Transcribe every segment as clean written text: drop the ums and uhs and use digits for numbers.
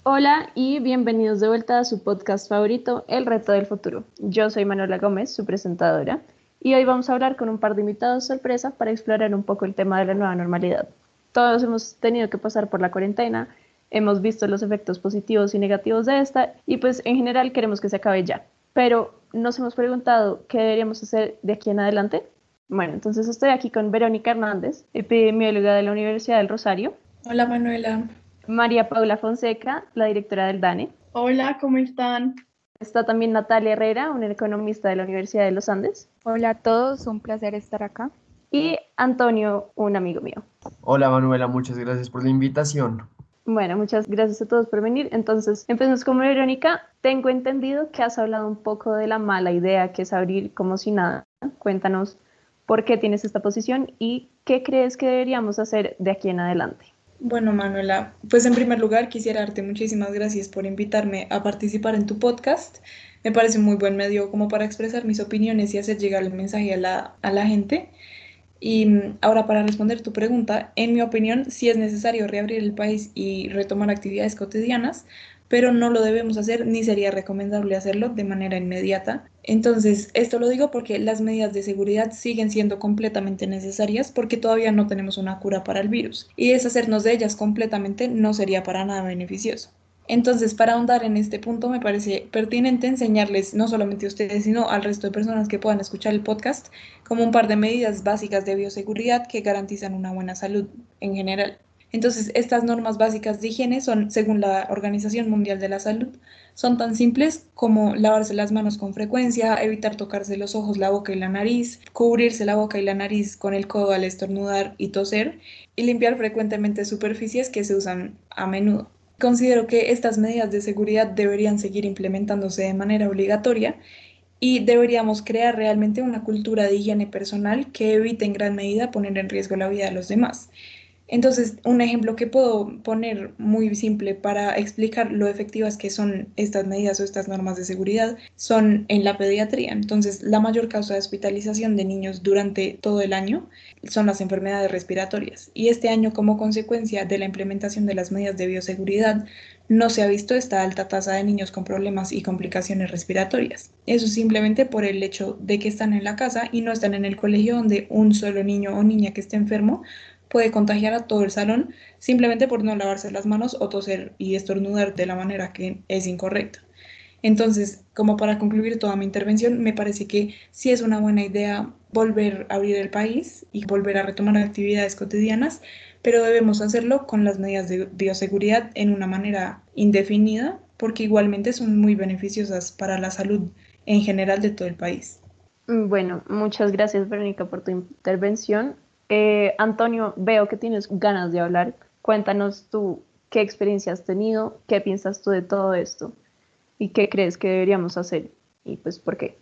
Hola y bienvenidos de vuelta a su podcast favorito, El Reto del Futuro. Yo soy Manuela Gómez, su presentadora, y hoy vamos a hablar con un par de invitados sorpresa para explorar un poco el tema de la nueva normalidad. Todos hemos tenido que pasar por la cuarentena, hemos visto los efectos positivos y negativos de esta y pues en general queremos que se acabe ya. Pero nos hemos preguntado qué deberíamos hacer de aquí en adelante. Bueno, entonces estoy aquí con Verónica Hernández, epidemióloga de la Universidad del Rosario, Hola Manuela. María Paula Fonseca, la directora del DANE. Hola, ¿cómo están? Está también Natalia Herrera, una economista de la Universidad de los Andes, Hola a todos, un placer estar acá. y Antonio, un amigo mío. Hola Manuela, muchas gracias por la invitación. Bueno, muchas gracias a todos por venir. Entonces, empezamos con Verónica. Tengo entendido que has hablado un poco de la mala idea que es abrir como si nada. Cuéntanos por qué tienes esta posición y qué crees que deberíamos hacer de aquí en adelante. Bueno, Manuela, pues en primer lugar quisiera darte muchísimas gracias por invitarme a participar en tu podcast. Me parece un muy buen medio como para expresar mis opiniones y hacer llegar el mensaje a la gente. Y ahora para responder tu pregunta, en mi opinión, sí es necesario reabrir el país y retomar actividades cotidianas, pero no lo debemos hacer ni sería recomendable hacerlo de manera inmediata. Entonces, esto lo digo porque las medidas de seguridad siguen siendo completamente necesarias porque todavía no tenemos una cura para el virus y deshacernos de ellas completamente no sería para nada beneficioso. Entonces, para ahondar en este punto, me parece pertinente enseñarles, no solamente a ustedes, sino al resto de personas que puedan escuchar el podcast, como un par de medidas básicas de bioseguridad que garantizan una buena salud en general. Entonces, estas normas básicas de higiene son, según la Organización Mundial de la Salud, son tan simples como lavarse las manos con frecuencia, evitar tocarse los ojos, la boca y la nariz, cubrirse la boca y la nariz con el codo al estornudar y toser, y limpiar frecuentemente superficies que se usan a menudo. Considero que estas medidas de seguridad deberían seguir implementándose de manera obligatoria y deberíamos crear realmente una cultura de higiene personal que evite en gran medida poner en riesgo la vida de los demás. Entonces, un ejemplo que puedo poner muy simple para explicar lo efectivas que son estas medidas o estas normas de seguridad son en la pediatría. Entonces, la mayor causa de hospitalización de niños durante todo el año son las enfermedades respiratorias. Y este año, como consecuencia de la implementación de las medidas de bioseguridad, no se ha visto esta alta tasa de niños con problemas y complicaciones respiratorias. Eso simplemente por el hecho de que están en la casa y no están en el colegio donde un solo niño o niña que esté enfermo puede contagiar a todo el salón simplemente por no lavarse las manos o toser y estornudar de la manera que es incorrecta. Entonces, como para concluir toda mi intervención, me parece que sí es una buena idea volver a abrir el país y volver a retomar actividades cotidianas, pero debemos hacerlo con las medidas de bioseguridad en una manera indefinida, porque igualmente son muy beneficiosas para la salud en general de todo el país. Bueno, muchas gracias Verónica por tu intervención. Antonio, veo que tienes ganas de hablar. Cuéntanos tú qué experiencia has tenido, qué piensas tú de todo esto y qué crees que deberíamos hacer y pues por qué.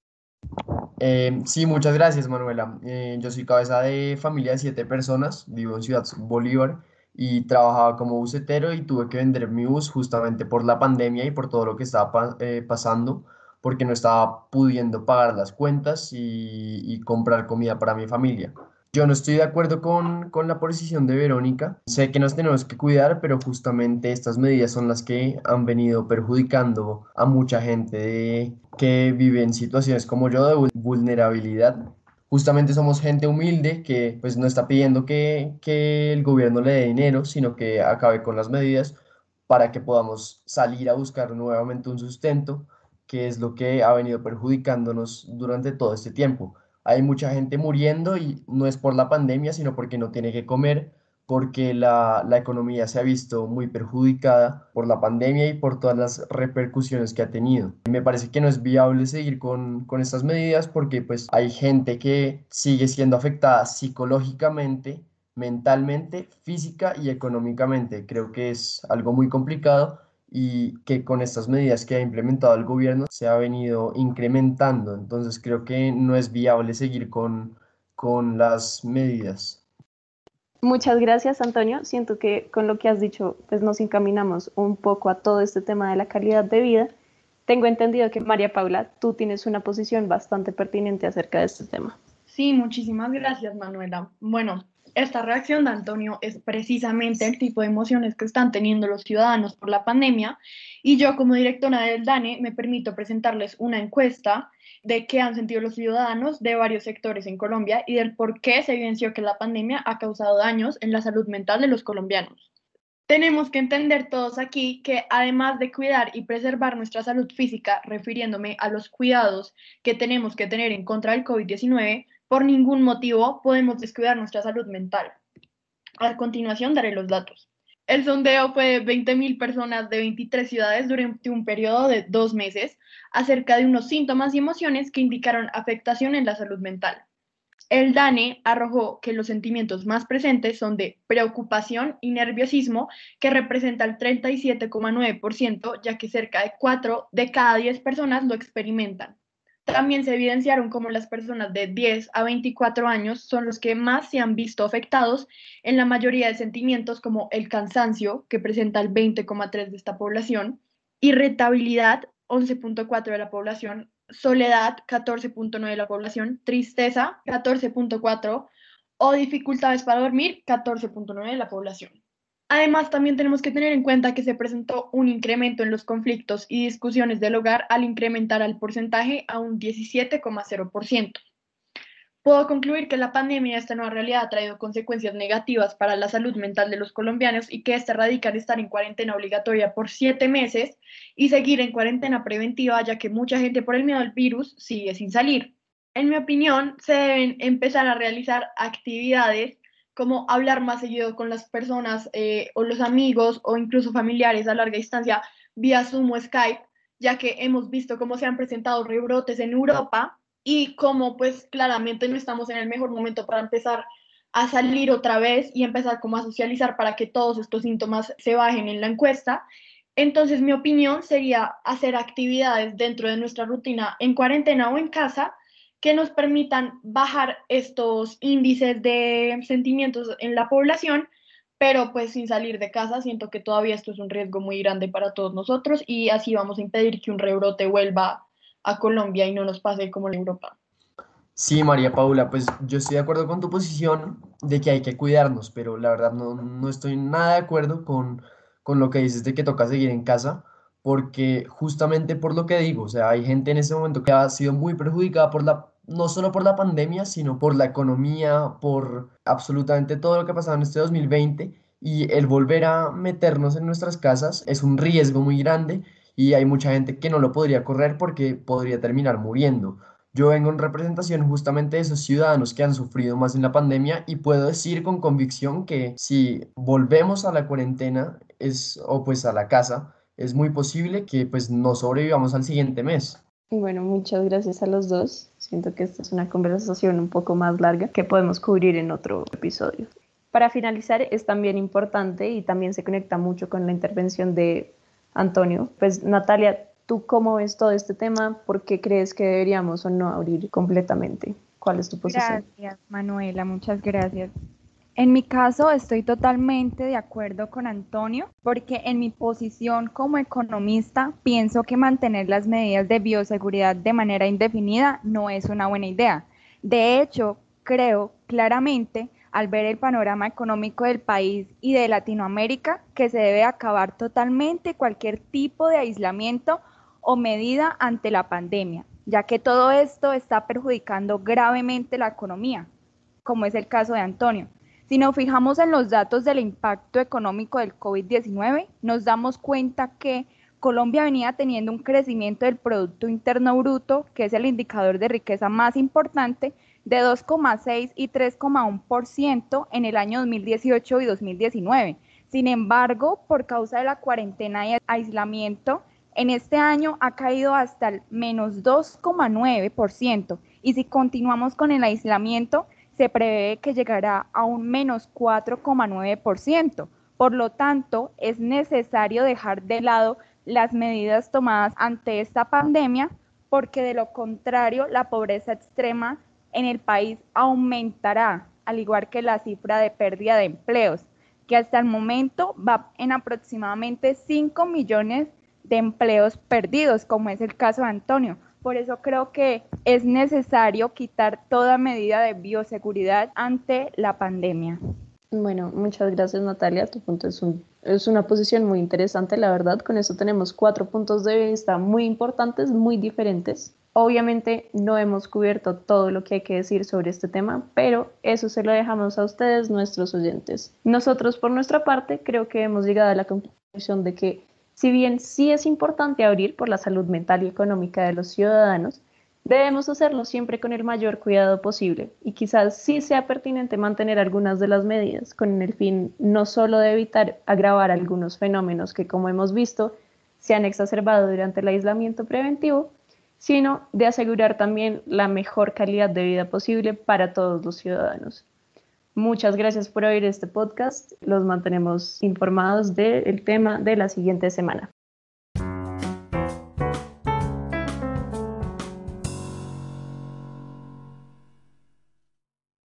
Sí, muchas gracias Manuela. Yo soy cabeza de familia de 7 personas, vivo en Ciudad Bolívar y trabajaba como bucetero y tuve que vender mi bus justamente por la pandemia y por todo lo que estaba pasando, porque no estaba pudiendo pagar las cuentas y comprar comida para mi familia. Yo no estoy de acuerdo con la posición de Verónica. Sé que nos tenemos que cuidar, pero justamente estas medidas son las que han venido perjudicando a mucha gente que vive en situaciones como yo de vulnerabilidad. Justamente somos gente humilde que pues no está pidiendo que el gobierno le dé dinero, sino que acabe con las medidas para que podamos salir a buscar nuevamente un sustento, que es lo que ha venido perjudicándonos durante todo este tiempo. Hay mucha gente muriendo y no es por la pandemia, sino porque no tiene que comer, porque la economía se ha visto muy perjudicada por la pandemia y por todas las repercusiones que ha tenido. Me parece que no es viable seguir con estas medidas porque pues hay gente que sigue siendo afectada psicológicamente, mentalmente, física y económicamente. Creo que es algo muy complicado y que con estas medidas que ha implementado el gobierno se ha venido incrementando. Entonces creo que no es viable seguir con las medidas. Muchas gracias, Antonio. Siento que con lo que has dicho, pues nos encaminamos un poco a todo este tema de la calidad de vida. Tengo entendido que María Paula, tú tienes una posición bastante pertinente acerca de este tema. Sí, muchísimas gracias, Manuela. Bueno, esta reacción de Antonio es precisamente el tipo de emociones que están teniendo los ciudadanos por la pandemia y yo como directora del DANE me permito presentarles una encuesta de qué han sentido los ciudadanos de varios sectores en Colombia y del por qué se evidenció que la pandemia ha causado daños en la salud mental de los colombianos. Tenemos que entender todos aquí que además de cuidar y preservar nuestra salud física, refiriéndome a los cuidados que tenemos que tener en contra del COVID-19, por ningún motivo podemos descuidar nuestra salud mental. A continuación daré los datos. El sondeo fue de 20.000 personas de 23 ciudades durante un periodo de 2 meses acerca de unos síntomas y emociones que indicaron afectación en la salud mental. El DANE arrojó que los sentimientos más presentes son de preocupación y nerviosismo, que representa el 37,9%, ya que cerca de 4 de cada 10 personas lo experimentan. También se evidenciaron como las personas de 10 a 24 años son los que más se han visto afectados en la mayoría de sentimientos como el cansancio, que presenta el 20,3% de esta población, irritabilidad, 11,4% de la población, soledad, 14,9% de la población, tristeza, 14,4%, o dificultades para dormir, 14,9% de la población. Además, también tenemos que tener en cuenta que se presentó un incremento en los conflictos y discusiones del hogar al incrementar el porcentaje a un 17,0%. Puedo concluir que la pandemia de esta nueva realidad ha traído consecuencias negativas para la salud mental de los colombianos y que esta radica en estar en cuarentena obligatoria por 7 meses y seguir en cuarentena preventiva, ya que mucha gente por el miedo al virus sigue sin salir. En mi opinión, se deben empezar a realizar actividades como hablar más seguido con las personas o los amigos o incluso familiares a larga distancia vía Zoom o Skype, ya que hemos visto cómo se han presentado rebrotes en Europa y cómo pues claramente no estamos en el mejor momento para empezar a salir otra vez y empezar como a socializar para que todos estos síntomas se bajen en la encuesta. Entonces mi opinión sería hacer actividades dentro de nuestra rutina en cuarentena o en casa que nos permitan bajar estos índices de sentimientos en la población, pero pues sin salir de casa. Siento que todavía esto es un riesgo muy grande para todos nosotros y así vamos a impedir que un rebrote vuelva a Colombia y no nos pase como en Europa. Sí, María Paula, pues yo estoy de acuerdo con tu posición de que hay que cuidarnos, pero la verdad no estoy nada de acuerdo con lo que dices de que toca seguir en casa, porque justamente por lo que digo, o sea, hay gente en este momento que ha sido muy perjudicada no solo por la pandemia, sino por la economía, por absolutamente todo lo que ha pasado en este 2020, y el volver a meternos en nuestras casas es un riesgo muy grande y hay mucha gente que no lo podría correr porque podría terminar muriendo. Yo vengo en representación justamente de esos ciudadanos que han sufrido más en la pandemia y puedo decir con convicción que si volvemos a la cuarentena o pues a la casa, es muy posible que pues no sobrevivamos al siguiente mes. Bueno, muchas gracias a los dos. Siento que esta es una conversación un poco más larga que podemos cubrir en otro episodio. Para finalizar, es también importante y también se conecta mucho con la intervención de Antonio. Pues Natalia, ¿tú cómo ves todo este tema? ¿Por qué crees que deberíamos o no abrir completamente? ¿Cuál es tu posición? Gracias, Manuela, muchas gracias. En mi caso, estoy totalmente de acuerdo con Antonio, porque en mi posición como economista pienso que mantener las medidas de bioseguridad de manera indefinida no es una buena idea. De hecho, creo claramente, al ver el panorama económico del país y de Latinoamérica, que se debe acabar totalmente cualquier tipo de aislamiento o medida ante la pandemia, ya que todo esto está perjudicando gravemente la economía, como es el caso de Antonio. Si nos fijamos en los datos del impacto económico del COVID-19, nos damos cuenta que Colombia venía teniendo un crecimiento del Producto Interno Bruto, que es el indicador de riqueza más importante, de 2,6 y 3,1% en el año 2018 y 2019. Sin embargo, por causa de la cuarentena y aislamiento, en este año ha caído hasta el menos 2,9%. Y si continuamos con el aislamiento, se prevé que llegará a un menos 4,9%. Por lo tanto, es necesario dejar de lado las medidas tomadas ante esta pandemia, porque de lo contrario, la pobreza extrema en el país aumentará, al igual que la cifra de pérdida de empleos, que hasta el momento va en aproximadamente 5 millones de empleos perdidos, como es el caso de Antonio. Por eso creo que es necesario quitar toda medida de bioseguridad ante la pandemia. Bueno, muchas gracias Natalia, tu punto es una posición muy interesante, la verdad. Con eso tenemos 4 puntos de vista muy importantes, muy diferentes. Obviamente no hemos cubierto todo lo que hay que decir sobre este tema, pero eso se lo dejamos a ustedes, nuestros oyentes. Nosotros, por nuestra parte, creo que hemos llegado a la conclusión de que si bien sí es importante abrir por la salud mental y económica de los ciudadanos, debemos hacerlo siempre con el mayor cuidado posible y quizás sí sea pertinente mantener algunas de las medidas con el fin no solo de evitar agravar algunos fenómenos que, como hemos visto, se han exacerbado durante el aislamiento preventivo, sino de asegurar también la mejor calidad de vida posible para todos los ciudadanos. Muchas gracias por oír este podcast. Los mantenemos informados del tema de la siguiente semana.